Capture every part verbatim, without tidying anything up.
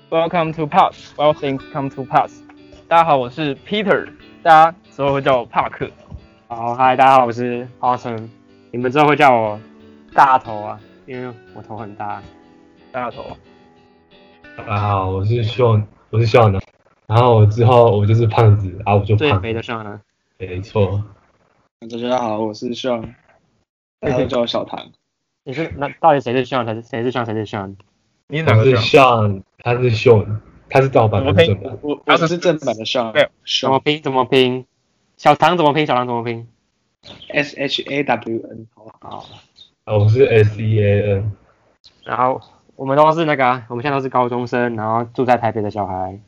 Welcome to Pass, Well things come to pass. 大家好，我是 Peter， 大家之后会叫我帕克。 好，嗨，大家好，我是 Austin， 你们之后会叫我大头啊，因为我头很大。 大头。 大家好，我是 Sean， 我是 Sean 啊。然后我之后我就是胖子啊，我就胖。 最肥的 Sean 啊。 没错。 大家好，我是 Sean， 大家都叫我小唐。 你是那到底谁是 Sean， 谁是谁是 Sean， 谁是 Sean？ 你是哪个 Sean？ 他是 Sean， 他是盗版的正版。 我我是正版的 Sean。 对， 怎么拼？怎么拼？小唐怎么拼？小唐怎么拼 ？S H A W N， 好不好？ 啊，我是 S E A N。 然后我们都是那个、啊，我们现在都是高中生，然后住在台北的小孩。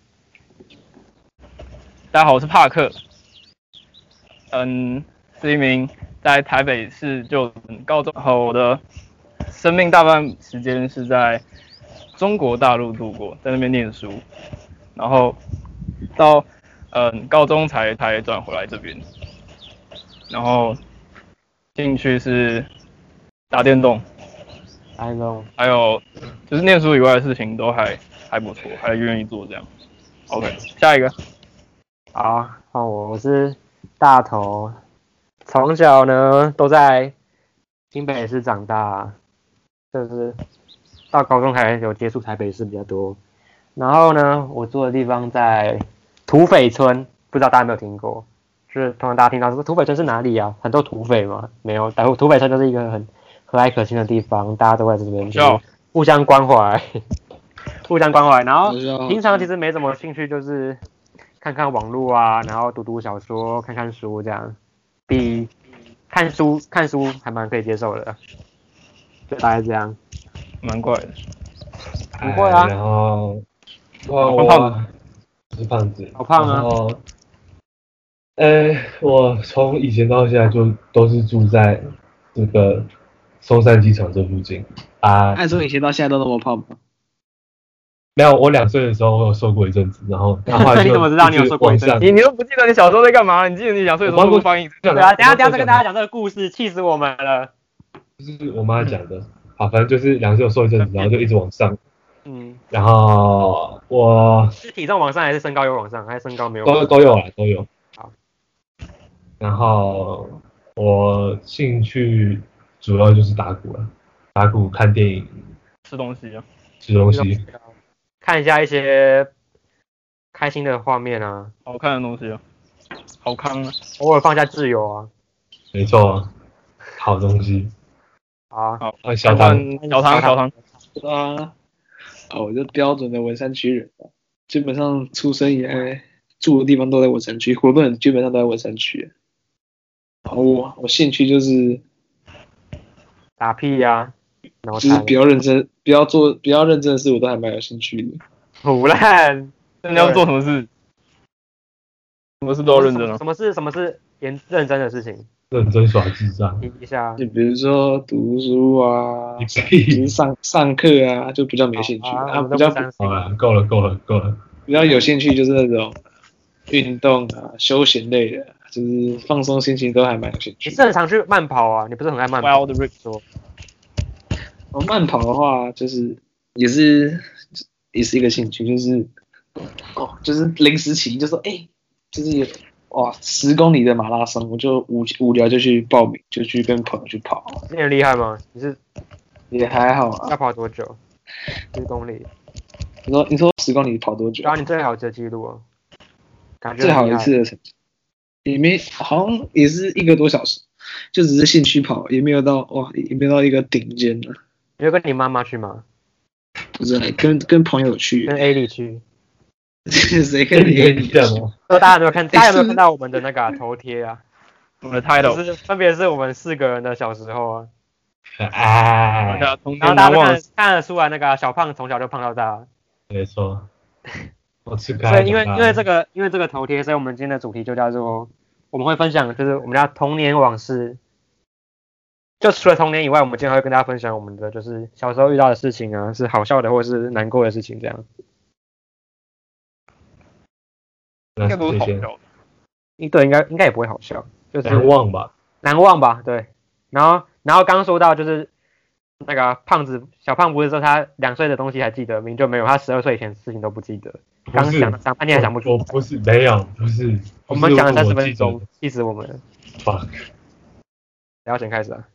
大家好，我是帕克。嗯，是一名在台北市就读高中后，我的生命大半时间是在中国大陆度过，在那边念书，然后到嗯高中才才转回来这边，然后兴趣是打电动， 打电动， 还有就是念书以外的事情都还还不错，还愿意做这样。OK， 下一个。 好，换我，我是大头，从小呢都在新北市长大，就是到高中才有接触台北市比较多。然后呢，我住的地方在土匪村，不知道大家有没有听过？就是通常大家听到说土匪村是哪里啊？很多土匪嘛，没有，但土匪村就是一个很和蔼可亲的地方，大家都在这边就是互相关怀，互相关怀。然后平常其实没什么兴趣，就是看看网络啊，然后读读小说，看看书这样，比看书看书还蛮可以接受的，就大概这样。 蛮怪的。 不会啊。 然后，我我胖子，是胖子。 好胖啊。 然后，呃，我从以前到现在就都是住在这个松山机场这附近啊。 按说以前到现在都那么胖吗？ 没有，我两岁的时候我有瘦过一阵子，然后然后你怎么知道你有瘦过一阵子？ 你你都不记得你小时候在干嘛？你记得你两岁的时候都放映？ 对啊，等一下等一下再跟大家讲这个故事，气死我们了。 就是我妈讲的，好，反正就是两岁有瘦一阵子，然后就一直往上。 嗯。 然后我是体重往上还是身高有往上，还是身高没有往上？ 都都有啦，都有。 好。 然后我兴趣主要就是打鼓了，打鼓、看电影、 吃东西啊， 吃东西。 看一下一些开心的画面啊， 好看的东西啊，好康啊， 偶尔放下自由啊， 没错，好东西。 好， 好， 啊，小唐， 小唐，小唐， 啊，哦，我就标准的文山区人啊，基本上出生以来住的地方都在文山区，活动基本上都在文山区。我我兴趣就是打屁呀、啊， 就是比较认真，比较做比较认真的事，我都还蛮有兴趣的。 胡烂， 那你要做什么事？什么事都要认真啊。 什么是什么是严认真的事情？ 认真耍智障。 听一下。 就比如说读书啊，就是上上课啊，就比较没兴趣。 啊， 啊比较好了，够了，够了，够了。 比较有兴趣就是那种运动啊、休闲类的，就是放松心情都还蛮有兴趣。 你是很常去慢跑啊？你不是很爱慢跑？ Wild Rick 说。 我慢跑的话，就是也是也是一个兴趣，就是哦，就是临时起意就说，哎、欸，就是哇十公里的马拉松，我就无无聊就去报名，就去跟朋友去跑。 你很厉害吗？你是也还好啊。 要跑多久？十公里。 你说你说十公里跑多久？ 然后你最好的记录啊，感觉最好一次的成绩，也没好像也是一个多小时，就只是兴趣跑，也没有到哇，也没有到一个顶尖的。 你会跟你妈妈去吗？ 不是，跟跟朋友去， 跟 A 里去。 谁跟你 A 里去？ 大家有没有看？大家有没有看到我们的那个、啊、头贴啊？ 我们的 title 就是分别是我们四个人的小时候啊。 哎， 然后大家都看看得出来，那个、啊、小胖从小就胖到大。 没错。我吃开。 所以因为因为这个因为这个头贴，所以我们今天的主题就叫做我们会分享就是我们家童年往事。就除了童年以外，我们今天还会跟大家分享我们的就是小时候遇到的事情啊，是好笑的或是难过的事情这样。 应该都是好笑的。对，应该应该也不会好笑，就是难忘吧。 难忘吧，对。然后然后刚刚说到就是那个胖子小胖不是说他两岁的东西还记得，明明就没有，他十二岁以前事情都不记得。刚想想半天还想不出来。 我不是没有，不是。 我们讲了三十分钟，气死我们了。 fuck。 然后先开始啊。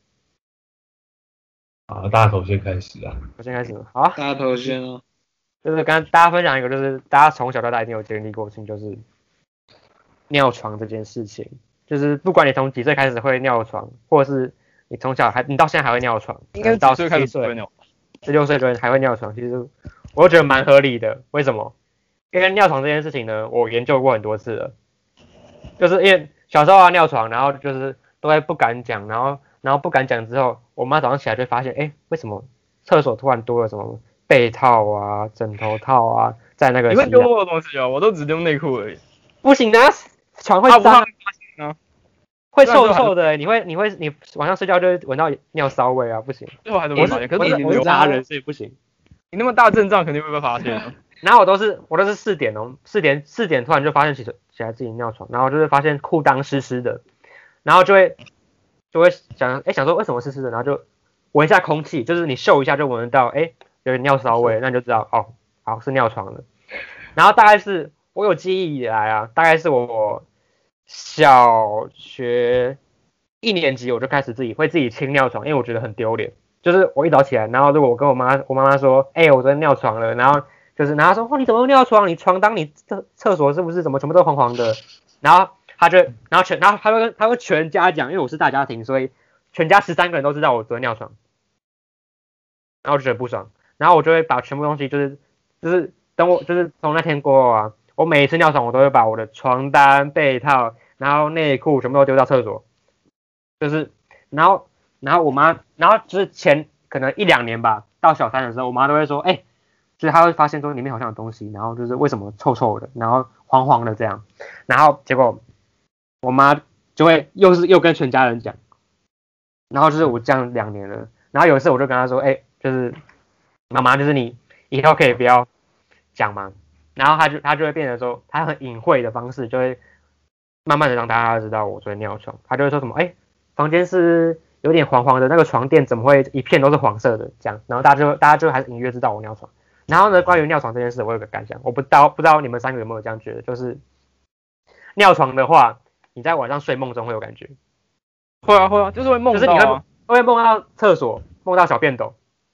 好，大头先开始啊。 我先开始。好。 大头先哦。 就是跟大家分享一个，就是大家从小到大一定有经历过的事情，就是尿床这件事情。就是不管你从几岁开始会尿床，或者是你从小还你到现在还会尿床， 应该到十岁开始会尿， 十六岁的人还会尿床，其实我就觉得蛮合理的。为什么？因为尿床这件事情呢，我研究过很多次了。就是因为小时候啊尿床，然后就是都会不敢讲，然后然后不敢讲之后，我妈早上起来就会发现，哎，为什么厕所突然多了什么被套啊、枕头套啊，在那个你会丢我的东西啊？我都只丢内裤而已。 不行的，床会脏啊，会臭臭的。你会你会你晚上睡觉就会闻到尿骚味啊，不行。 最后还是会发现，可是我是达人，所以不行。 你那么大阵仗，肯定会被发现啊。 然后我都是我都是四点哦，四点四点突然就发现起起来自己尿床，然后就会发现裤裆湿湿的，然后就会就会想哎想说为什么湿湿的，然后就闻一下空气，就是你嗅一下就闻得到哎有点尿骚味，那你就知道哦好是尿床了。然后大概是我有记忆以来啊，大概是我小学一年级我就开始自己会自己清尿床，因为我觉得很丢脸。就是我一早起来，然后如果我跟我妈我妈妈说，哎、欸，我昨天尿床了，然后就是然后她说，哦，你怎么会尿床？你床当你厕厕所是不是怎么全部都黄黄的？然后她就然后全然后她会她会全家讲，因为我是大家庭，所以全家十三个人都知道我昨天尿床，然后我就觉得不爽，然后我就会把全部东西就是就是等我就是从那天过后啊，我每一次尿床我都会把我的床单、被套，然后内裤全部都丢到厕所，就是然后。然后我妈，然后就是前可能一两年吧，到小三的时候，我妈都会说，哎、欸，就是她会发现说里面好像有东西，然后就是为什么臭臭的，然后黄黄的这样，然后结果我妈就会又是又跟全家人讲，然后就是我这样两年了，然后有一次我就跟她说，哎、欸，就是妈妈，就是你以后可以不要讲嘛，然后她就她就会变成说，她很隐晦的方式就会慢慢的让大家知道我昨天尿床，她就会说什么，哎、欸，房间是。有点黄黄的，那个床垫怎么会一片都是黄色的？这样，然后大家就大家就还是隐约知道我尿床。然后呢，关于尿床这件事，我有个感想，我不知道不知道你们三个有没有这样觉得，就是尿床的话，你在晚上睡梦中会有感觉。 会啊会啊，就是会梦到、啊， 就是你会会梦到厕所，梦到小便斗，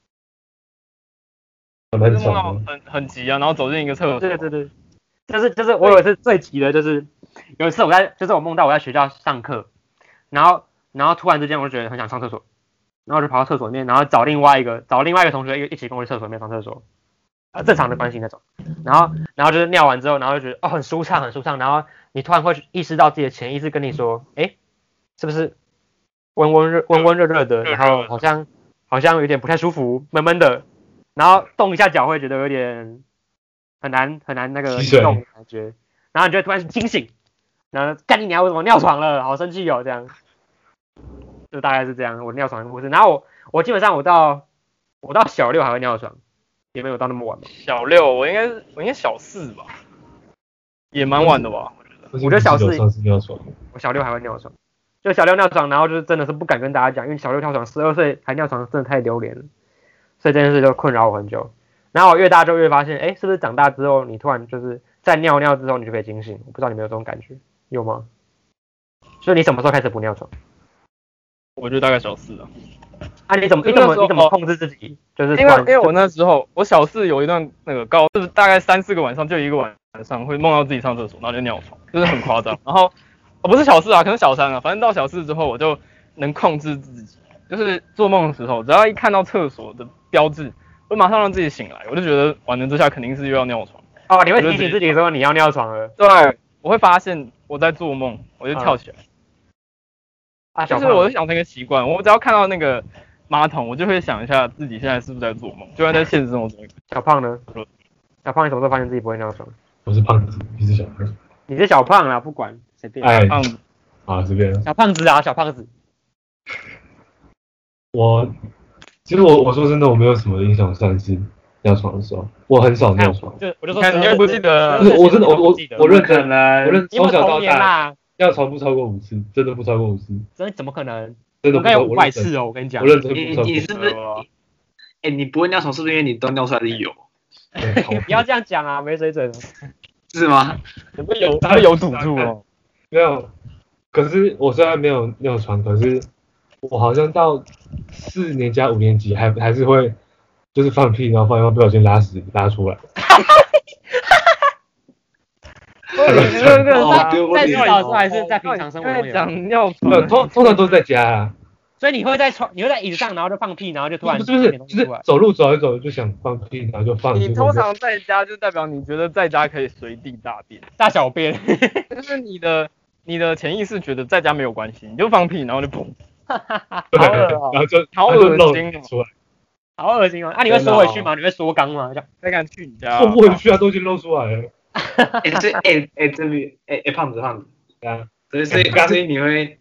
就是梦到很很急啊，然后走进一个厕所。 对对对，就是就是我有一次最急的，就是有一次我在就是我梦到我在学校上课，然后。然后突然之间我就觉得很想上厕所，然后我就跑到厕所里面，然后找另外一个找另外一个同学一起跟我去厕所里面上厕所，啊正常的关系那种。然后然后就是尿完之后，然后就觉得哦很舒畅很舒畅，然后你突然会意识到自己的潜意识跟你说，哎，是不是温温热温温热热的，然后好像好像有点不太舒服，闷闷的，然后动一下脚会觉得有点很难很难那个动的感觉，然后你就会突然惊醒，然后干你娘为什么尿床了，好生气哦这样。就大概是这样，我尿床的故事。然后我我基本上我到我到小六还会尿床，也没有到那么晚吧。 小六我应该我应该小四吧，也蛮晚的吧，我觉得。 我觉得小四尿床， 我小六还会尿床，就小六尿床，然后就是真的是不敢跟大家讲，因为小六尿床，十二岁还尿床真的太丢脸了，所以这件事就困扰我很久。然后我越大就越发现，哎，是不是长大之后你突然就是在尿尿之后你就可以惊醒？我不知道你们有这种感觉，有吗？所以你什么时候开始不尿床？ 我觉得大概小四了。 啊，你怎么你怎么你怎么控制自己？就是因为因为我那时候我小四有一段那个高，就是大概三四个晚上就一个晚上会梦到自己上厕所，然后就尿床，就是很夸张。然后我不是小四啊，可能小三啊，反正到小四之后我就能控制自己，就是做梦的时候，只要一看到厕所的标志，我马上让自己醒来，我就觉得完了之下肯定是又要尿床。 哦，你会提醒自己说你要尿床了？ 对，我会发现我在做梦，我就跳起来。嗯啊，就是我就养成一个习惯，我只要看到那个马桶，我就会想一下自己现在是不是在做梦，就算在现实生活中。 小胖呢？小胖，你什么时候发现自己不会尿床？ 我是胖子，你是小胖。 你是小胖啦，不管随便。 哎， 胖子啊，随便。 小胖子啊，小胖子。 我其实我我说真的，我没有什么印象上是尿床的时候，我很少尿床。 就我就说， 你也不记得？ 不是，我真的我我我认真， 我认从小到大。尿床不超过五次，真的不超过五次。 真的怎么可能？ 真的我应该有五百次哦，我跟你讲。 我认真不超过。 你是不是哎、你不会尿床是不是因为你都尿出来的有？ 不要这样讲啊，没水准。 是吗？ 你不有会有堵住哦？ 没有，可是我虽然没有尿床，可是我好像到四年加五年级还还是会就是放屁，然后放一放不小心拉屎拉出来。 这个这哦个在洗丢脸澡的时候还是在平常生活因为中有？ 讲尿没有， 床， 通通常都是在家啊。 所以你会在床，你会在椅子上，然后就放屁，然后就突然不是不是，就是点东西出来。 走路走一走就想放屁，然后就放。 你通常在家就代表你觉得在家可以随地大便， 大小便， 就是你的你的潜意识觉得在家没有关系，你就放屁，然后就砰， 对， 好恶哦然后就好然后就漏恶心哦出来， 好恶心哦！啊，你会缩回去吗？你会缩肛吗？这样再敢去你家， 送不回去啊，都已经漏出来了。 哎、这哎哎这边哎哎胖子胖子， 对啊， 所以所以刚所以你会，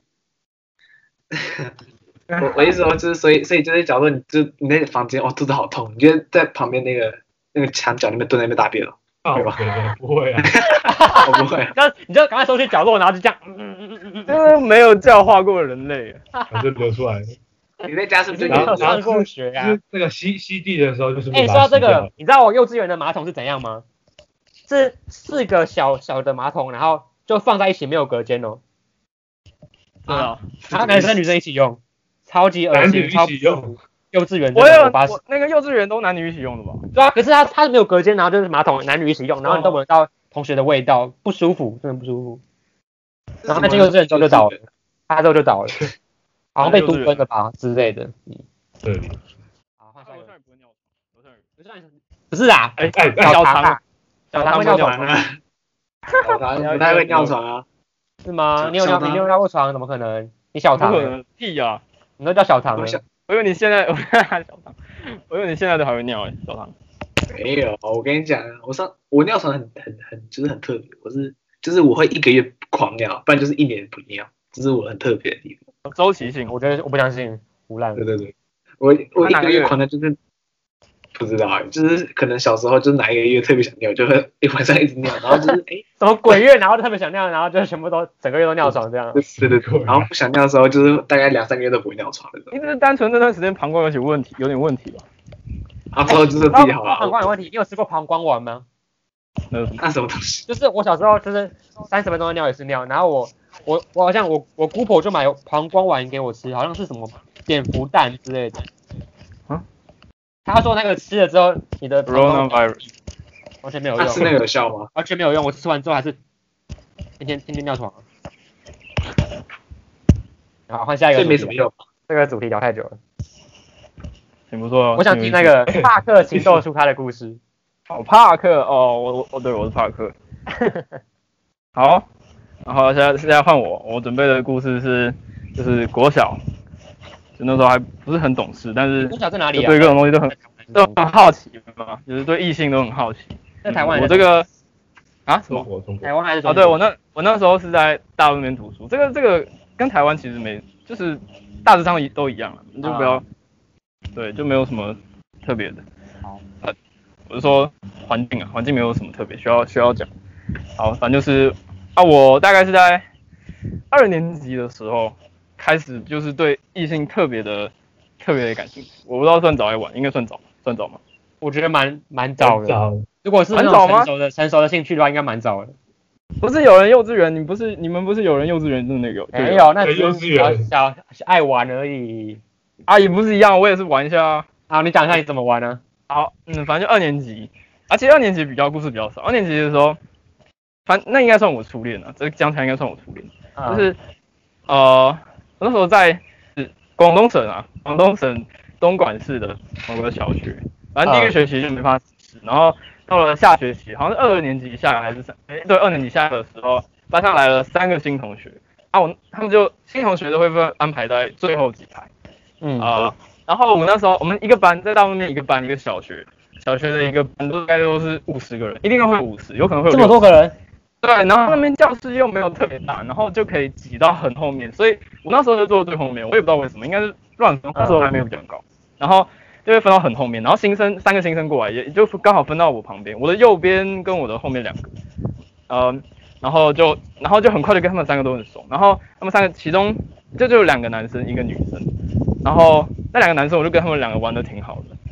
我我意思说就是所以所以就是假如你就你那个房间哦肚子好痛，你就在旁边那个那个墙角那边蹲在那边大便了。 啊， 对吧不会啊， 我不会， 那你就赶快收去角落，然后就这样，嗯嗯嗯嗯嗯， 就是没有教化过人类， 反正流出来了。 你在家是不是就然后有上过学啊就是？那个吸吸地的时候，就是哎、 会说到这把它吸掉个，你知道我幼稚园的马桶是怎样吗？是四个小小的马桶，然后就放在一起，没有隔间哦。 对啊， 然后男生女生一起用，超级恶心， 男女一超起用。 幼稚园我有真的我发誓我那个幼稚园都男女一起用的吧？ 对啊，可是它它是没有隔间，然后就是马桶男女一起用，然后你都闻得到同学的味道，不舒服，真的不舒服。然后那进幼稚园之后就倒了，他之后就倒了，好像被毒分了吧之类的。嗯， 对， 好，换下一个。 不会尿床， 不是啊， 哎哎小哎， 唐啊，小唐会尿床小唐啊，小唐不太会尿床啊。 是吗？你有尿小唐你有尿过床？怎么可能？你小唐欸， 不可能，屁呀！ 你都叫小唐了。 我小我以为你现在，我小唐，我以为你现在都还会尿哎，小唐。 没有，我跟你讲，我上我尿床很很很就是很特别，我是就是我会一个月狂尿，不然就是一年不尿，这是我很特别的地方。 周期性， 我觉得我不相信，胡乱。 对对对，我我一个月狂尿就是不知道欸，就是可能小时候就是哪一个月特别想尿，就会一晚上一直尿，然后就是哎， 什么鬼月，然后特别想尿，然后就全部都整个月都尿床这样。 对对对，然后不想尿的时候就是大概两三个月都不会尿床那种， 你只是单纯那段时间膀胱有些问题，有点问题吧？ 然后之后就是自己好膀胱有了。 问题，你有吃过膀胱丸吗？ 那有什么？ 那什么东西？ 就是我小时候就是三十分钟尿一次尿，然后我我我好像我我姑婆就买膀胱丸给我吃，好像是什么蝙蝠蛋之类的。 啊？ 他说那个吃了之后，你的膀胱 Coronavirus 完全没有用， 那是那个有效吗？ 完全没有用。我吃完之后还是天天天天尿床。好，换下一个。 所以没什么用。 这个主题聊太久了， 挺不错。 我想听那个帕克情窦初开的故事。 哦，帕克哦，我我哦对，我是帕克。好，然后现在现在换我，我准备的故事是就是国小，就那时候还不是很懂事，但是国小在哪里啊？ 对各种东西都很都很好奇嘛，就是对异性都很好奇。 在台湾、 嗯。我这个啊什么？ 中国中国台湾还是中啊， 国？ 对我那我那时候是在大陆那边读书，这个这个跟台湾其实没，就是大致上都一样了，你就不要， 啊对，就没有什么特别的。 好， 呃，我是说环境啊，环境没有什么特别需要需要讲。好，反正就是啊，我大概是在二年级的时候开始，就是对异性特别的特别的感兴趣。我不知道算早还是晚，应该算早，算早吗？ 我觉得蛮蛮早的。 早如果是那种成熟的成熟的兴趣的话，应该蛮早的。 不是有人幼稚园，你不是你们不是有人幼稚园真的有？ 没有，那只幼稚是园小小爱玩而已。 啊，也不是一样，我也是玩一下啊。 好，你讲一下你怎么玩呢？ 好，嗯，反正就二年级，而且二年级比较故事比较少。二年级的时候，反那应该算我初恋啊，这讲起来应该算我初恋。 啊、 就是呃，我那时候在广东省啊，广东省东莞市的某个小学，反正第一个学期就没办法吃，然后到了下学期，好像是二年级下来还是三，哎，对，二年级下来的时候，班上来了三个新同学啊，我他们就新同学都会被安排在最后几排， 嗯啊、呃，然后我们那时候我们一个班在大陆面一个班一个小学，小学的一个班大概都是五十个人，一定会五十，有可能会有这么多个人。 对，然后那边教室又没有特别大，然后就可以挤到很后面，所以我那时候就坐最后面，我也不知道为什么，应该是乱分，那时候还没有比较高，然后就会分到很后面，然后新生三个新生过来，也就刚好分到我旁边，我的右边跟我的后面两个，呃，然后就然后就很快就跟他们三个都很熟，然后他们三个其中就就有两个男生一个女生，然后那两个男生我就跟他们两个玩的挺好的，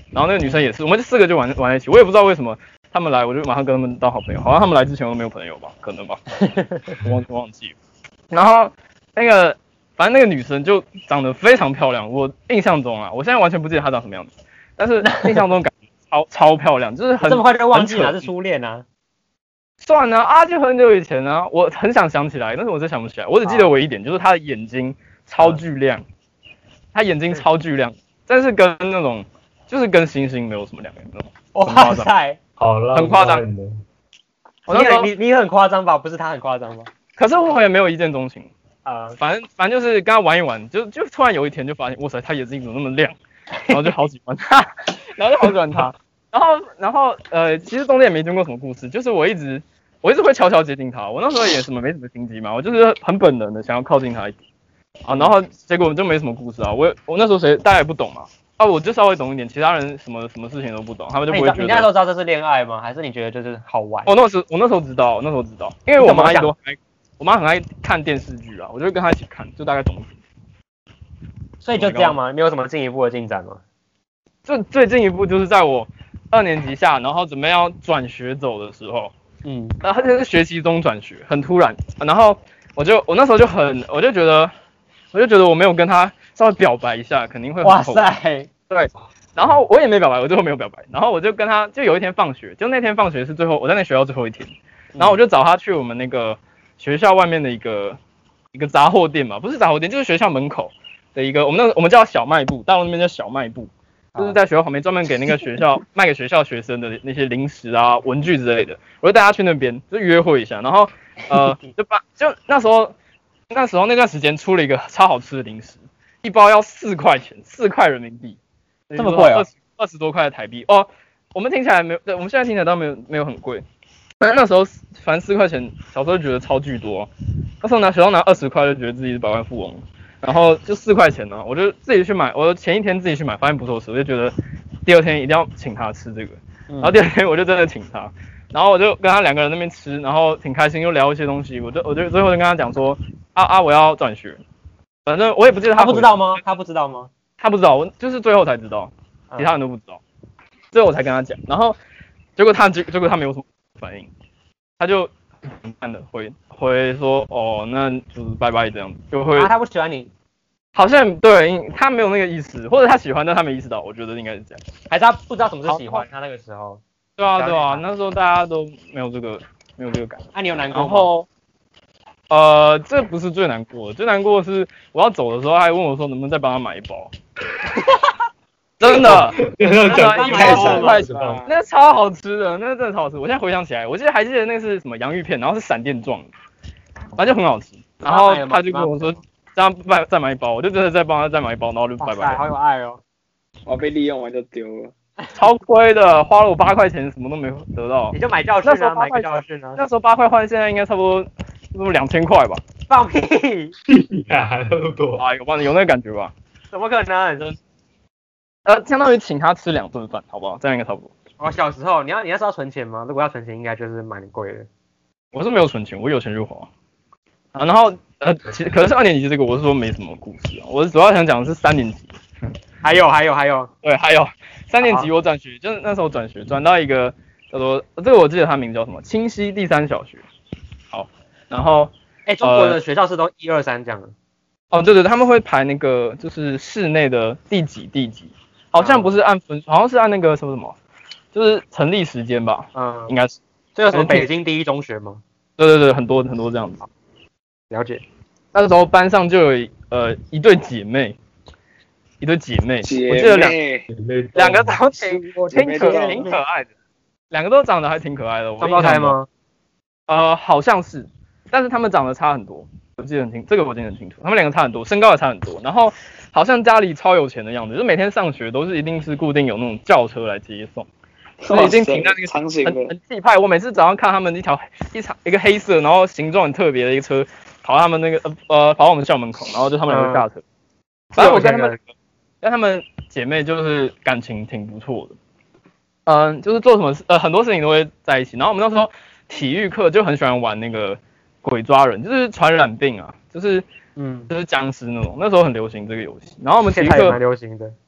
然后那个女生也是，我们四个就玩玩在一起。我也不知道为什么他们来，我就马上跟他们当好朋友。好像他们来之前我都没有朋友吧，可能吧，我忘忘记了。然后那个反正那个女生就长得非常漂亮，我印象中啊，我现在完全不记得她长什么样子，但是印象中感觉超超漂亮，就是很这么快就忘记了是初恋啊？ 算了啊，就很久以前啊，我很想想起来，但是我真想不起来。我只记得唯一点就是她的眼睛超巨亮，她眼睛超巨亮，但是跟那种就是跟星星没有什么两样那种。 哇塞， 好了， 很夸张。 我那时候你你很夸张吧？不是他很夸张吗？ 可是我也没有一见钟情啊、呃， 反正反正就是跟他玩一玩，就就突然有一天就发现，哇塞，他眼睛怎么那么亮，然后就好喜欢他，然后就好喜欢他，然后然后呃，其实中间也没经过什么故事，就是我一直我一直会悄悄接近他，我那时候也什么没什么心机嘛，我就是很本能的想要靠近他一点啊，然后结果就没什么故事啊，我我那时候谁大家也不懂嘛。啊，我就稍微懂一点，其他人什么什么事情都不懂，他们就不会觉得。 你那时候知道这是恋爱吗？还是你觉得就是好玩？ 我那时候我那时候知道，我那时候知道，因为我妈都爱，我妈很爱看电视剧啊，我就会跟她一起看，就大概懂。 所以就这样吗？没有什么进一步的进展吗？ 就最进一步就是在我二年级下，然后准备要转学走的时候，嗯，然后他就是学期中转学，很突然，然后我就我那时候就很，我就觉得，我就觉得我没有跟他稍微表白一下，肯定会很后悔。 哇塞， 对，然后我也没表白，我最后没有表白，然后我就跟他，就有一天放学，就那天放学是最后我在那学校最后一天，然后我就找他去我们那个学校外面的一个一个杂货店嘛，不是杂货店，就是学校门口的一个，我们那我们叫小卖部，大陆那边叫小卖部，就是在学校旁边专门给那个学校卖给学校学生的那些零食啊、文具之类的，我就带他去那边就约会一下，然后呃就把就那时候那时候那段时间出了一个超好吃的零食。一包要四块钱，四块人民币， 这么贵啊？ 二十多块的台币哦。我们听起来没有，对，我们现在听起来倒没有没有很贵，但那时候反正四块钱，小时候就觉得超巨多。那时候拿学校拿二十块就觉得自己是百万富翁，然后就四块钱呢，我就自己去买，我前一天自己去买，发现不错吃，我就觉得第二天一定要请他吃这个，然后第二天我就真的请他，然后我就跟他两个人那边吃，然后挺开心，又聊一些东西，我就我就最后就跟他讲说，啊啊我要转学。反正我也不记得 他, 他不知道吗？他不知道吗？ 他不知道，我就是最后才知道，其他人都不知道，最后我才跟他讲，然后结果他结结果他没有什么反应，他就很慢的回回说哦，那就是拜拜这样子，就会。 啊，他不喜欢你？ 好像对，他没有那个意思，或者他喜欢，但他没意识到，我觉得应该是这样。 还是他不知道什么是喜欢？他那个时候。 对啊对啊，那时候大家都没有这个没有这个感觉。 那、啊、你有难过吗？ 然后。呃，这不是最难过的，最难过的是我要走的时候，他还问我说能不能再帮他买一包。真的， 一块十块钱，那超好吃的，那真的超好吃。我现在回想起来，我记得还记得那个是什么洋芋片，然后是闪电状的，反正就很好吃。然后他就跟我说，这样再再买一包，我就真的再帮他再买一包，然后就拜拜。 好有爱哦！ 我被利用完就丢了， 超亏的，花了我八块钱，什么都没得到。 你就买教训啊，买个教训啊。 那时候八块换现在应该差不多。那么两千块吧？ 放屁！ 还那么多啊？有吧？有那个感觉吧？ 怎么可能？ 呃，相当于请他吃两顿饭，好不好？这样应该差不多。 我小时候，你要你那时候存钱吗？如果要存钱，应该就是蛮贵的。 我是没有存钱，我有钱就花。啊，然后呃，其实可是二年级这个我是说没什么故事啊，我主要想讲的是三年级。 还有还有还有， 对，还有三年级我转学，就是那时候转学转到一个叫做这个我记得它名叫什么清溪第三小学。好。然后， 哎、欸，中国的学校是都一二三这样的。 哦，对对，他们会排那个就是室内的第几第几，好像不是按分，好像是按那个什么什么，就是成立时间吧，嗯，应该是。 这有什么北京第一中学吗？ 对对对，很多很多这样子。 了解。 那时候班上就有呃一对姐妹，一对姐妹， 姐妹我记得两两个都挺挺可挺可爱的，两个都长得还挺可爱的。 双胞胎吗？ 呃，好像是。但是他们长得差很多，我记得很清，这个我记得很清楚。他们两个差很多，身高也差很多，然后好像家里超有钱的样子，就每天上学都是一定是固定有那种轿车来接送，所以已经停在那个很很气派。我每次早上看他们一条一场一个黑色，然后形状很特别的一个车跑到他们那个呃呃跑到我们校门口，然后就他们两个下车。嗯、反正我跟他们跟他们姐妹就是感情挺不错的，嗯、呃，就是做什么事呃很多事情都会在一起。然后我们那时候体育课就很喜欢玩那个。鬼抓人就是传染病啊，就是嗯，就是僵尸那种，那时候很流行这个游戏。然后我们体育课蛮流行的，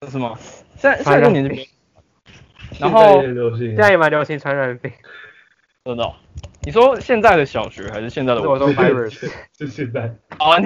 是吗？现在现在这年纪比较，然后现在也流行现在也蛮流行传染病。 真的、哦，你说现在的小学还是现在的是我说 virus， 就现在。 好啊，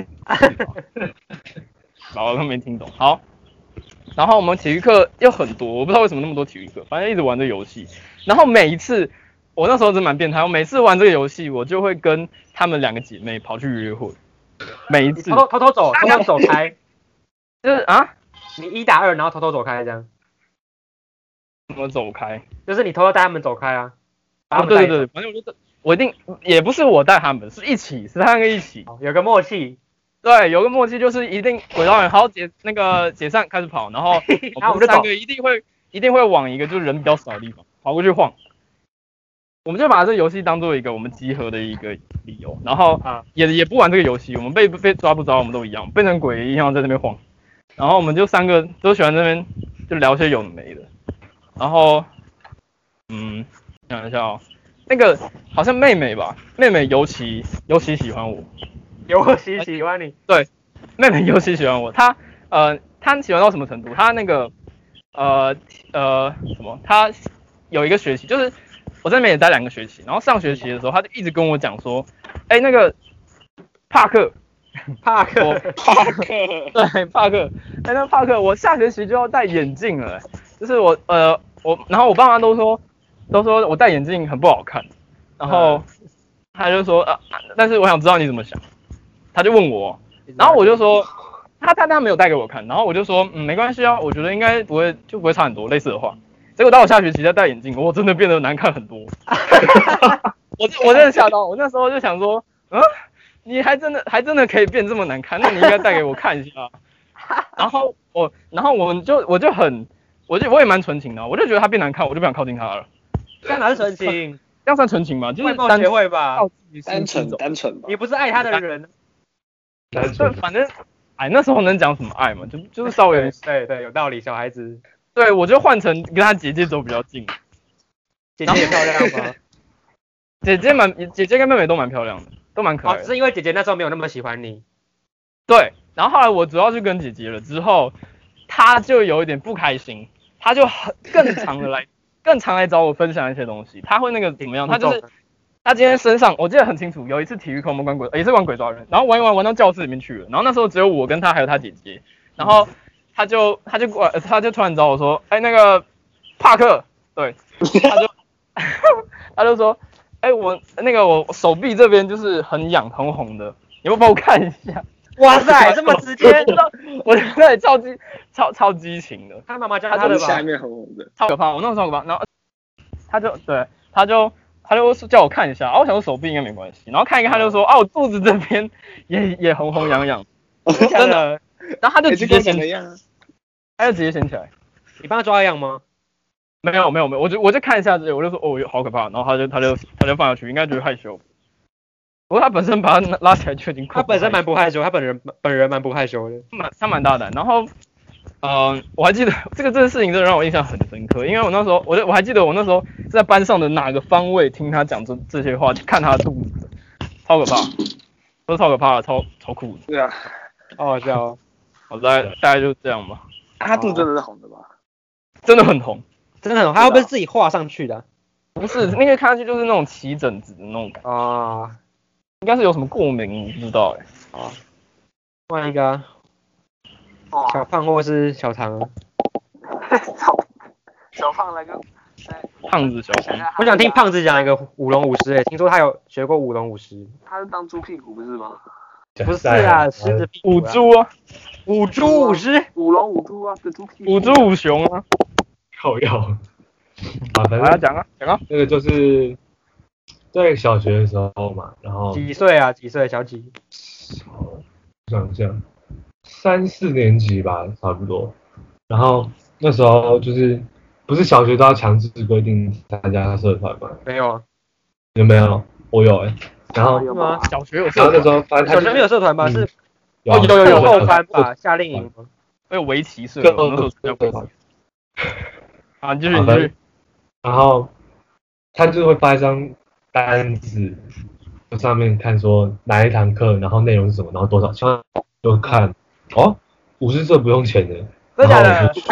老了都没听懂。好，然后我们体育课又很多，我不知道为什么那么多体育课，反正一直玩这个游戏。然后每一次，我那时候真蛮变态，我每次玩这个游戏，我就会跟他们两个姐妹跑去约会。每一次偷偷偷偷走，偷偷走开， 就是啊， 你一打二，然后偷偷走开这样。 怎么走开？ 就是你偷偷带他们走开啊。 啊，对对对，反正我就我一定也不是我带他们，是一起，是三个一起， 有个默契。 对，有个默契就是一定轨道员好解那个解散开始跑，然后我们三个一定会一定会往一个就是人比较少的地方跑过去晃。我们就把这个游戏当做一个我们集合的一个理由，然后也也不玩这个游戏，我们被被抓不着，我们都一样，变成鬼一样在那边晃。然后我们就三个都喜欢在那边就聊些有的没的，然后嗯。想一下哦，那个好像妹妹吧，妹妹尤其尤其喜欢我， 尤其喜欢你。 对，妹妹尤其喜欢我，她呃她喜欢到什么程度？她那个呃呃什么？她有一个学期，就是我在那边也待两个学期，然后上学期的时候，她就一直跟我讲说，哎、欸、那个帕克， 帕克， 帕克， 对帕克，哎、欸、那帕克，我下学期就要戴眼镜了，就是我呃我，然后我爸妈都说。都说我戴眼镜很不好看，然后他就说啊，但是我想知道你怎么想，他就问我，然后我就说他他他没有带给我看，然后我就说嗯没关系啊，我觉得应该不会就不会差很多类似的话，结果到我下学期再戴眼镜，我真的变得难看很多，我我真的吓到，我那时候就想说，嗯，你还真的还真的可以变这么难看，那你应该带给我看一下，然后我然后我们就我就很我就我也蛮纯情的，我就觉得他变难看，我就不想靠近他了。 这样哪是纯情？ 这样算纯情吗？就是外貌协会吧， 单纯单纯吧。 你不是爱他的人， 单纯。 反正哎，那时候能讲什么爱嘛？就就是稍微对对有道理，小孩子。 对，我就换成跟他姐姐走比较近。 姐姐也漂亮吗？ 姐姐蛮姐姐跟妹妹都蛮漂亮的，都蛮可爱的。 哦，只是因为姐姐那时候没有那么喜欢你。 对，然后后来我主要去跟姐姐了之后，她就有一点不开心，她就很更常的来。更常来找我分享一些东西，他会那个怎么样？他就是他今天身上，我记得很清楚，有一次体育课我们玩鬼，也是玩鬼抓人，然后玩一玩玩到教室里面去了，然后那时候只有我跟他还有他姐姐，然后他就他就过来，他就突然找我说，哎、欸、那个帕克，对，他就他就说，哎、欸、我那个我手臂这边就是很痒很红的，你要不帮我看一下？ 哇塞，这么直接， 我对超激超超激情的。 他妈妈教他的吧？ 下面红红的， 超可怕。我那时候超可怕，然后他就对，他就他就叫我看一下，啊，我想说手臂应该没关系，然后看一看他就说，啊，我肚子这边也也红红痒痒，真的。然后他就直接掀，他就直接掀起来。 你帮他抓痒吗？ 没有没有没有，我就我就看一下这，我就说哦好可怕，然后他就他就他就放下去，应该觉得害羞。不过他本身把他拉起来就已经， 他本身蛮不害羞，他本人本人蛮不害羞的， 蛮他蛮大胆。然后，嗯、呃，我还记得这个这个事情真的让我印象很深刻，因为我那时候我我还记得我那时候是在班上的哪个方位听他讲这这些话，看他的肚子，超可怕，都是超可怕的，超超酷的。 对啊， 好好笑哦。 好，大概大概就这样吧。 他肚子真的是红的吧？ 真的很红， 真的很红。他会不会是自己画上去的、啊？ 不是，那个看上去就是那种起疹子的那种感觉啊。 应该是有什么过敏，不知道哎、 欸。啊，换一个、啊，小胖或是小唐啊。 小小胖来个， 胖子小胖。 我想听胖子讲一个舞龙舞狮诶、欸，听说他有学过舞龙舞狮。 他是当猪屁股不是吗？ 不是啊，狮子屁股、啊。 舞猪啊， 舞猪舞狮， 舞龙舞猪啊，这猪屁股。 舞猪舞熊啊。 靠腰。好，反正讲啊讲啊， 那个就是在小学的时候嘛，然后几岁啊？几岁？小几？ 我想一下，三四年级吧，差不多。然后那时候就是不是小学都要强制规定参加社团吗？ 没有啊。 有没有？我有哎、欸。然后有吗？ 小学有社团。 然后那时候反正小学没有社团吧？是有有有有社团吧？夏令营吗？ 还有围棋社，那时候叫围棋。啊，继续继续。 然后他就会发一张单子，上面看说哪一堂课，然后内容是什么，然后多少钱，就看哦，舞狮社不用钱的， 真的假的？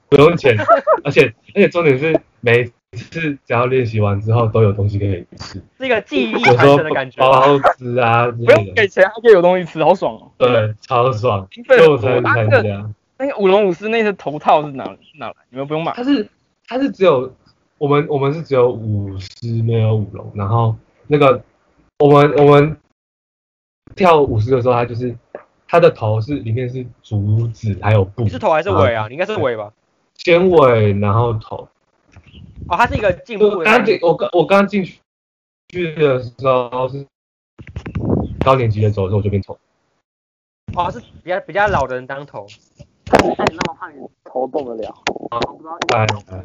不用钱，而且而且重点是每次只要练习完之后都有东西可以吃， 是一个记忆有传时候承的感觉。 包子啊之不用类的， 给钱，还可以有东西吃，好爽哦。 对，超爽， 经费所以我才去很多啊参加。 那个舞龙舞狮那些头套是哪哪来？你们不用买它是它是只有我们我们是只有舞狮没有舞龙，然后那个我们我们跳舞狮的时候，它就是它的头是里面是竹子还有布。 你是头还是尾啊？你应该是尾吧？ 先尾然后头。 哦，它是一个进我步的概念。 刚进我刚我刚进去去的时候是高年级的时候，我就变头。 哦，是比较比较老的人当头。 但是你那么胖，你头动得了？ 啊，哎哎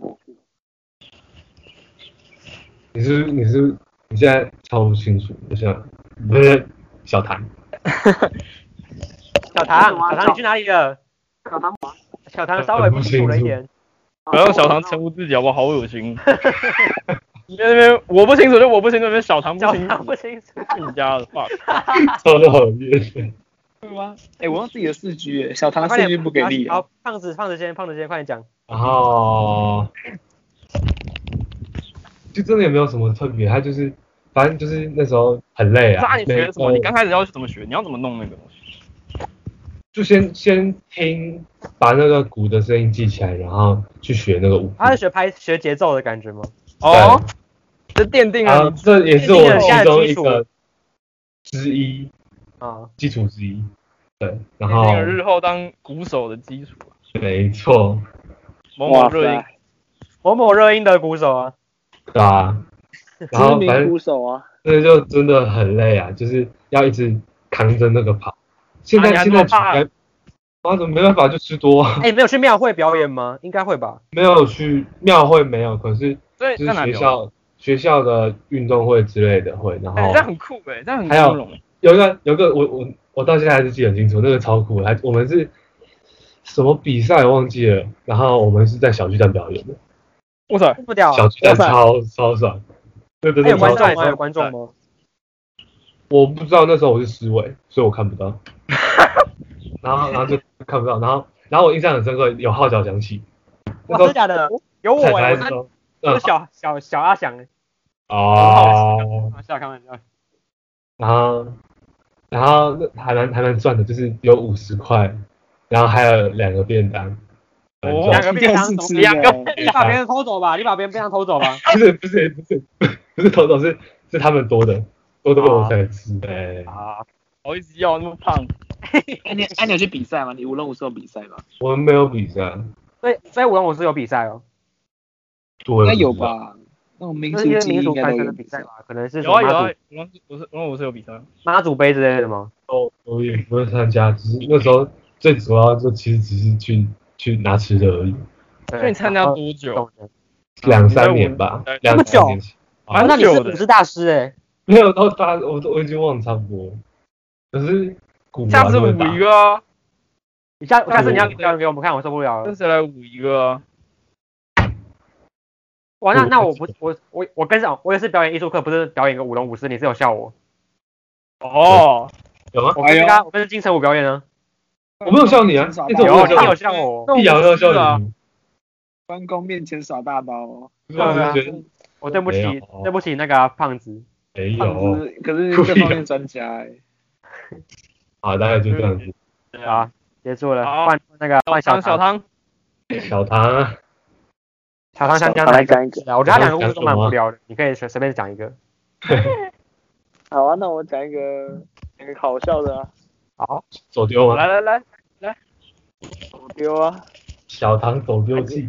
你是你是你现在超不清楚，我想不是小谭。 小唐，小唐，你去哪里了？ 小唐小唐稍微不清楚了一点。 不要用小唐称呼自己好不好？好恶心。你在那边我不清楚就我不清楚，那边小唐不小清楚， 唐不清楚。 你家的 fuck。 超讨厌。 对吗？ 哎，我用自己的四 G 哎，小唐快点四 G 不给力。 好，胖子，胖子先，胖子先，快点讲。 然后就真的也没有什么特别，他就是反正就是那时候很累啊。 那你学什么？ 每你刚开始要怎么学？你要怎么弄那个东西？ 就先先听，把那个鼓的声音记起来，然后去学那个舞步。 他是学拍学节奏的感觉吗？ 哦，这奠定了啊， 你这也是我其中一个之一啊， 基础之一。对，然奠后定了日后当鼓手的基础。 没错， 某某热音， 某某热音的鼓手啊。 对啊。然后知名鼓手啊， 那就真的很累啊，就是要一直扛着那个跑。现在、 啊、 现在去啊，怎么没办法就吃多啊？ 哎、欸，没有去庙会表演吗？应该会吧。 没有去庙会没有，可是就是学校学校的运动会之类的会，然后、 欸、这样很酷哎、欸，这样很还有容有一个有一个我我我到现在还是记得很清楚，那个超酷，还我们是什么比赛我忘记了，然后我们是在小巨蛋表演的。 哇塞， 不屌、啊！ 小巨蛋超超爽，对对对。 有观众吗？有观众吗？ 我不知道，那时候我是思维，所以我看不到。然后然后就看不到，然后然后我印象很深刻，有号角响起。 哇，真的假的？有我哎、 欸， 我是我是小小小阿翔哎、 欸。哦。 开玩笑，开玩笑。 然后然后还蛮还蛮赚的，就是有五十块，然后还有两个便当。 哦，两个便当，两个，你把别人偷走吧，你把别人便当偷走吧。 不是不是不是不是偷走，是是他们多的，多的我才吃。哎， 啊，好意思要那么胖？ 哎你哎你有去比赛吗？你舞龙舞狮有比赛吗？ 我们没有比赛。 所以所以舞龙舞狮有比赛哦。 应该有吧？那种民俗民俗传承的比赛吧，可能是有啊有啊，我是我是有比赛， 妈祖杯之类的吗？ 哦，我也不会参加，只是那时候最主要就其实只是去去拿吃的而已。 所以你参加多久？ 两三年吧，两三年前。 啊，那你是舞狮大师哎？ 没有到大，我我已经忘了差不多。可是下次舞一个啊！ 你下下次你要表演给我们看，我受不了了。 跟谁来舞一个啊？ 哇，那那我不我我我跟上，我也是表演艺术课，不是表演个舞龙舞狮，你是有笑我。 哦， 有吗？ 我跟他我跟金城武表演呢。 我没有笑你啊， 有你有笑我， 碧瑶要笑你。 关公面前耍大刀哦。 我对不起对不起那个胖子。 没有。 可是这方面专家哎。 好，大概就这样子。 好，结束了，换那个换小小汤。 小唐。 小唐想讲来讲一个，我觉得他两个故事都蛮无聊的，你可以随随便讲一个。 好啊，那我讲一个讲一个好笑的啊。 好， 走丢吗？ 来来来来， 走丢啊！ 小唐走丢记。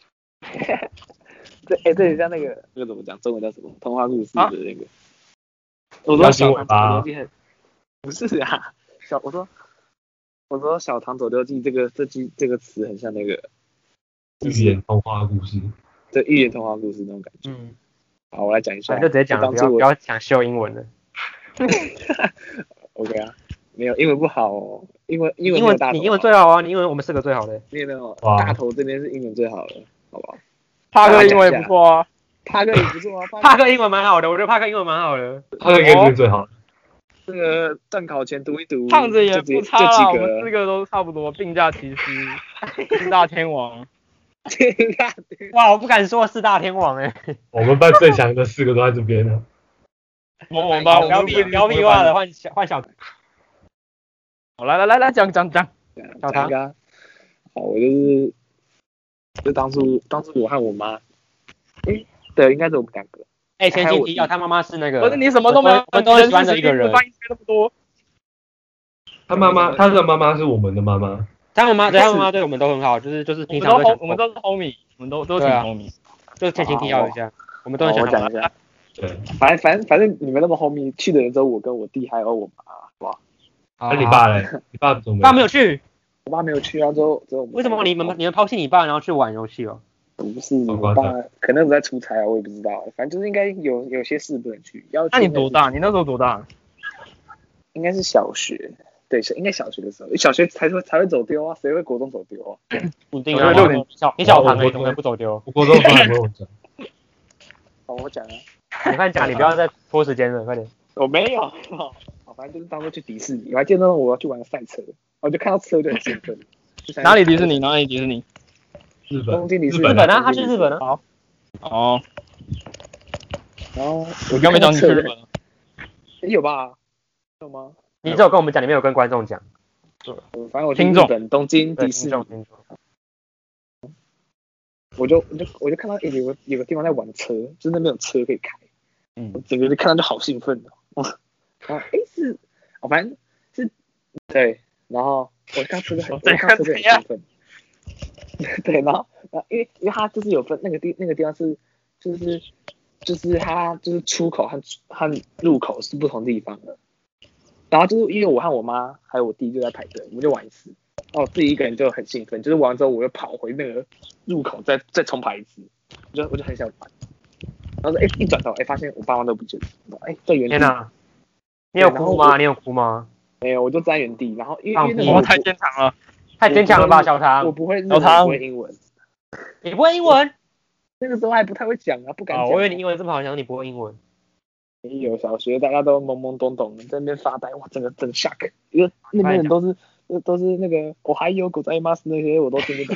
这哎，这很像那个那个怎么讲？中文叫什么？童话故事的那个。我说小唐走丢记很，不是啊，小我说我说小唐走丢记这个这句这个词很像那个。 寓言童话故事， 对寓言童话故事那种感觉。 嗯， 好，我来讲一下， 就直接讲，不要不要想修英文的。 OK 啊，没有英文不好哦，英文英文英文你英文最好啊，你英文我们四个最好的。 没有没有，大头这边是英文最好的，好不好？ 帕克英文也不错啊， 帕克也不错啊， 帕克英文蛮好的，我觉得帕克英文蛮好的。 帕克英文最好。 这个段考前读一读， 胖子也不差啦，我们四个都差不多，并驾齐驱，四大天王。 天大天哇，我不敢说四大天王哎、欸。 我们班最强的四个都在这边呢。 我我们班不要比不要比话了，换小换小。 好，来来来来讲讲讲。 小唐， 好，我就是就当初当初我和我妈，诶，对，应该是我们两个。 哎、欸，前情提要，他妈妈是那个， 不是你什么都没有， 我都很喜欢的一个人。 发音那么多。 他妈妈，他的妈妈是我们的妈妈。 他妈妈对他妈妈对我们都很好，就是就是平常都我们都是 homie， 我们都都挺 homie。 就是前情提要一下，我们都很想讲一下。 对， 反正反正反正你们那么 homie， 去的人只有我跟我弟还有我妈，好不好？ 那你爸嘞？你爸怎么？ 爸没有去。 我爸没有去啊，之后之后为什么你们你们抛弃你爸，然后去玩游戏哦？ 不是，我爸可能在出差啊，我也不知道。反正就是应该有有些事不能去。要那你多大？你那时候多大？ 应该是小学，对，应该小学的时候，小学才会才会走丢啊，谁会国中走丢啊？ 不定啊，六年小你小唐哎，怎么不走丢？ 我国中从来不用讲。 好，我讲啊， 你快讲，你不要再拖时间了，快点。 我没有，好，反正就是当初去迪士尼，我还记得那时候我要去玩赛车，我就看到车就很兴奋。 哪里迪士尼？哪里迪士尼？ 日本， 日本啊，他去日本啊。 好，哦。 然后我刚没讲你去日本。 有吧？有吗？ 你只有跟我们讲，你没有跟观众讲。 反正我去日本东京迪士尼，我就我就我就看到诶有个有个地方在玩车，就是那边有车可以开，嗯，我整个就看到就好兴奋哦。然后诶是，哦反正是对，然后我看车就很，我看车就很兴奋。对，然后然后因为因为它就是有分那个地那个地方是就是就是它就是出口和和入口是不同地方的。然后就是因为我和我妈还有我弟就在排队，我们就玩一次。然后我自己一个人就很兴奋，就是玩完之后我又跑回那个入口再再重排一次，我就我就很想玩。然后哎一转头哎发现我爸妈都不见了，哎在原地。 天哪！你有哭吗？你有哭吗？ 没有，我就在原地。然后因为因为那我太坚强了， 太坚强了吧，小唐。 我不会日文，不会英文。 你不会英文？ 那个时候还不太会讲啊，不敢讲。 我以为你英文这么好，想你不会英文。 没有，小学大家都懵懵懂懂的在那边发呆，哇，整个整个 shock， 因为那边人都是都是那个我还有狗在马斯那些我都听不懂。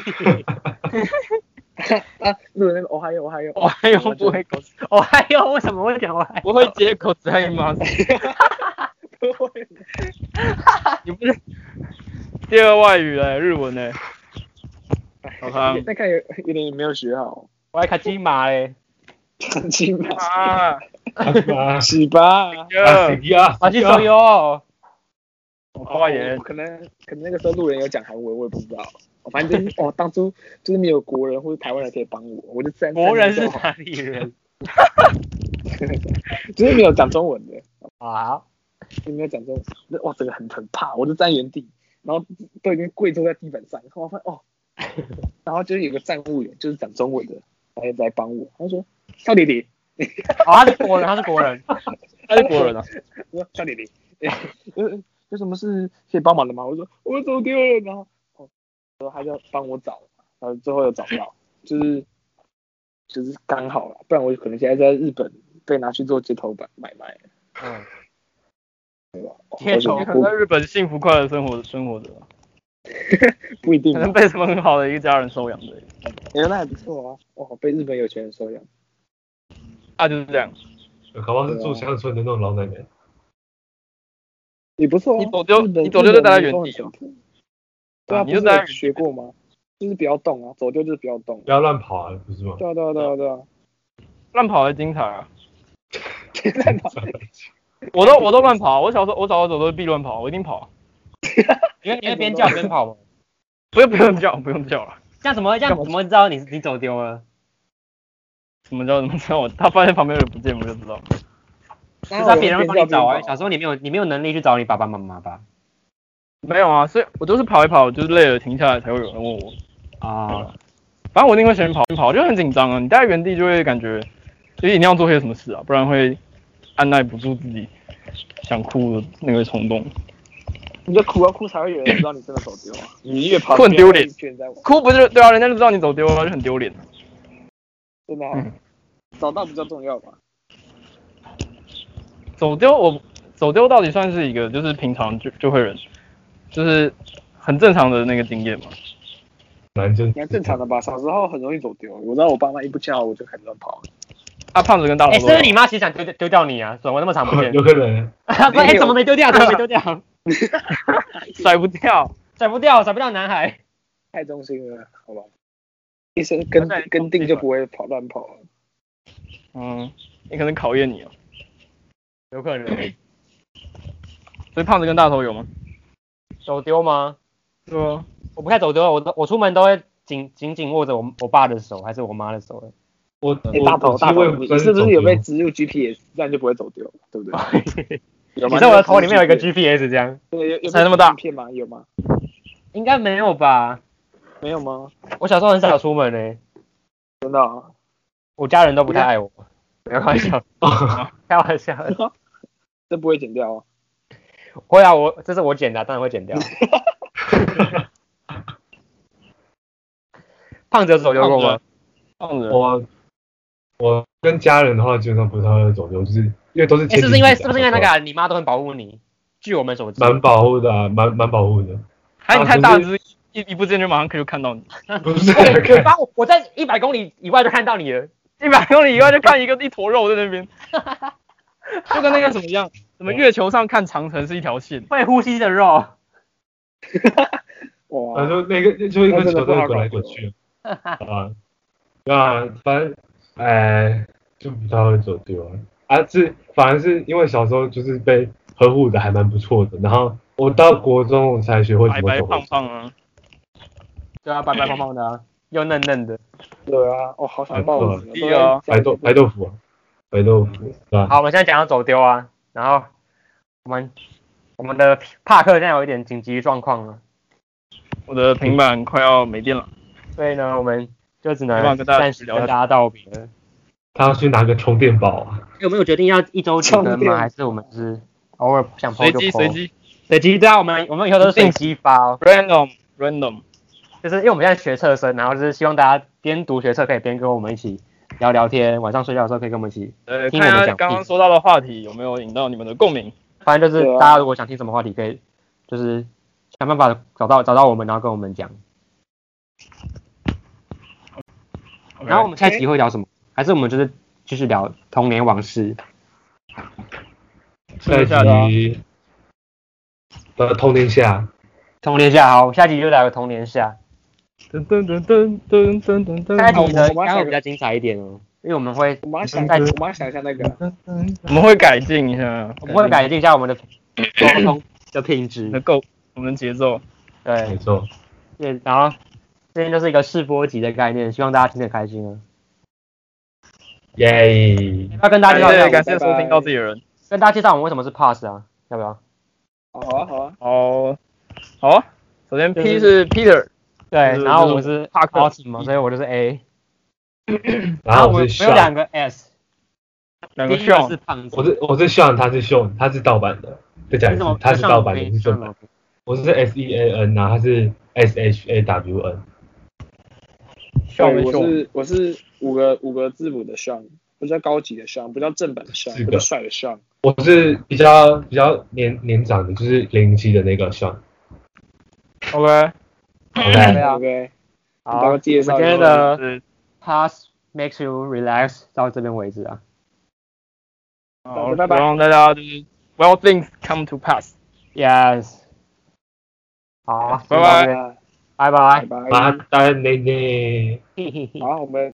啊，日本那个我还有我还有我还有不会狗， 我还有为什么会讲我还不会接狗在马斯？ 不会， 你不是第二外语嘞，日文嘞。好看， 那看有有点没有学好。 我还卡金马嘞， 卡金马。 啊， 是吧？ 呀， 马去手游。 我发言， 可能可能那个时候路人有讲韩文，我也不知道。反正就是哦，当初就是没有国人或者台湾人可以帮我，我就自然。 国人是哪里人？ 就是没有讲中文的。 啊， 没有讲中文，哇，整个很很怕，我就站原地，然后都已经跪坐在地板上，然后我发现哦，然后就是有个站务员，就是讲中文的，他就在帮我，他说少弟弟。 哦，他是国人，他是国人， 他是国人啊。 我说小弟弟，有有什么事可以帮忙的吗？我说我走丢了，然后哦，然后他就帮我找，然后最后又找到，就是就是刚好了，不然我可能现在在日本被拿去做街头买买卖。 嗯， 对吧？ 街头可能在日本幸福快乐生活生活着。 不一定， 可能被什么很好的一个家人收养的。 哎、欸，那还不错啊，哇，被日本有钱人收养。 啊，就是这样。 搞不好是住乡村的那种老奶奶。 也不错、啊。 你走丢，你走丢就待在原地啊。 对啊， 你就在学过吗？就是不要动啊，走丢就是不要动。 不要乱跑啊，不是吗？ 对啊，对啊，对啊，对啊。 乱跑才精彩啊！ 乱跑。 我都我都乱跑，我小时候我小时候走都是必乱跑，我一定跑。 你会你会边叫边跑吗？ 不用不用叫，不用叫了。 这样怎么会这样？怎么会知道你你走丢了？ 什么叫怎么知道我？他发现旁边有人不见，我就知道。 就是他别人会帮你找啊。小时候你没有你没有能力去找你爸爸妈妈吧？ 没有啊，所以我都是跑一跑，就是累了停下来才会有人问我。 啊， 反正我一定会先跑，跑就很紧张啊。你待在原地就会感觉，就一定要做些什么事啊，不然会按耐不住自己想哭的那个冲动。 你就哭啊哭才会有人知道你真的走丢啊！你越跑哭很丢脸， 哭哭不是对啊，人家就知道你走丢了，就很丢脸。 真的、啊嗯，找到比较重要吧？ 走丢我走丢到底算是一个就是平常就就会人，就是很正常的那个经验嘛。 反正就应该正常的吧？小时候很容易走丢，我知道我爸妈一不叫我就开始乱跑。 啊，胖子跟大头哎， 都有。 是不是你妈其实想丢丢掉你啊？怎么那么长不见？ 有可能。 他说：“哎，怎么没丢掉？怎么没丢掉？ 甩不掉， 甩不掉，甩不掉男孩。 太忠心了，好吧？一生跟跟定就不会跑乱跑了。 嗯，也可能考验你哦。 有可能所以胖子跟大头有吗？ 走丢吗？ 对啊。 我不太走丢，我都我出门都会紧紧紧握着我我爸的手，还是我妈的手的。 我哎， 我大头大头， 我你是不是有被植入 G P S， 这样就不会走丢，对不对？有吗？ 你在我的头里面有一个 G P S 这样。 对，有有才那么大片吗？有吗？ 应该没有吧？ 没有吗？ 我小时候很少出门呢、欸， 真的啊？ 我家人都不太爱我。没有开玩笑，开玩笑的。 这不会剪掉啊？ 会啊，我这是我剪的，当然会剪掉。胖子有走丢过吗？ 胖子， 我我跟家人的话基本上不太会走丢，就是因为都是哎、 牵是不是因为是是不是因为那个、啊、你妈都很保护你？据我们所知， 蛮保护的、啊，蛮蛮保护的。 还你太大只，一一不见就马上可以看到你。 不是， 我把我我在一百公里以外就看到你了。 一百公里以外就看一个一坨肉在那边，就跟那个什么一样，什么月球上看长城是一条线， 会呼吸的肉。 啊， 哇， 就那个就一个球在滚来滚去，啊，那反正哎就不太会走丢啊，啊是反而是因为小时候就是被呵护的还蛮不错的，然后我到国中我才学会怎么走。 白白胖胖啊， 对啊，白白胖胖的啊，又嫩嫩的。 对啊，我好想抱你。 对啊， 白豆白豆腐啊，白豆腐是吧？ 好，我们现在讲到走丢啊，然后我们我们的帕克现在有一点紧急状况了， 我的平板快要没电了， 所以呢，我们就只能没办法跟大家暂时跟大家道别了。 他要去拿个充电宝啊。 有没有决定要一周几更吗？还是我们是偶尔想 po 随就 po？ 机随机随机，对啊，我们我们以后都是随机发哦， ，random random， 就是因为我们现在学测生，然后就是希望大家边读学测可以边跟我们一起聊聊天，晚上睡觉的时候可以跟我们一起呃， 听我们讲看一下刚刚说到的话题有没有引到你们的共鸣。 反正就是对啊大家如果想听什么话题，可以就是想办法找到找到我们，然后跟我们讲。然后我们下一集会聊什么？还是我们就是继续聊童年往事？ 下一集呃童年夏， 童年夏，好，下集就聊个童年夏。 噔噔噔噔噔噔噔噔。 下一集呢，应我们该会比较精彩一点哦，因为我们会我们要想， 在我们要想一下那个， 我们会改进一下， 我们会改进一下我们的沟通的品质的。够我们的节奏。 对没，错。 对，然后这边就是一个试播集的概念，希望大家听得开心哦。 耶！ 要跟大家介绍一下， 感谢收听到这里的人。 跟大家介绍我们为什么是 pass 啊，要不要？ 好啊好啊， 好，好啊。首先 P 是 Peter， 对， 就是然后我是帕克 Austin 嘛，所以我就是 A。 然后我们我是我有两 Sean， 个 S， 两个第一个 Sean， 是胖子。 我是我是 Sean，他是 Sean，他是盗版的。再讲一次，他是盗版的，是正版。我是 S E A N，然后他是 S H A W N。 对，我是我是五个五个字母的 Sean，比较高级的 Sean，比较正版的 Sean，比较帅的 Sean。 我是比较比较年年长的，就是零七的那个 Sean。 OK， OK， OK， 好， 帮我我介绍一下们今天的是 Pass makes you relax 到这边为止啊。 好， 拜拜希望大家就是 well things come to pass。 Yes。好， 拜拜拜拜。 拜拜。 马丹内内。 嘿嘿嘿。 好，我们。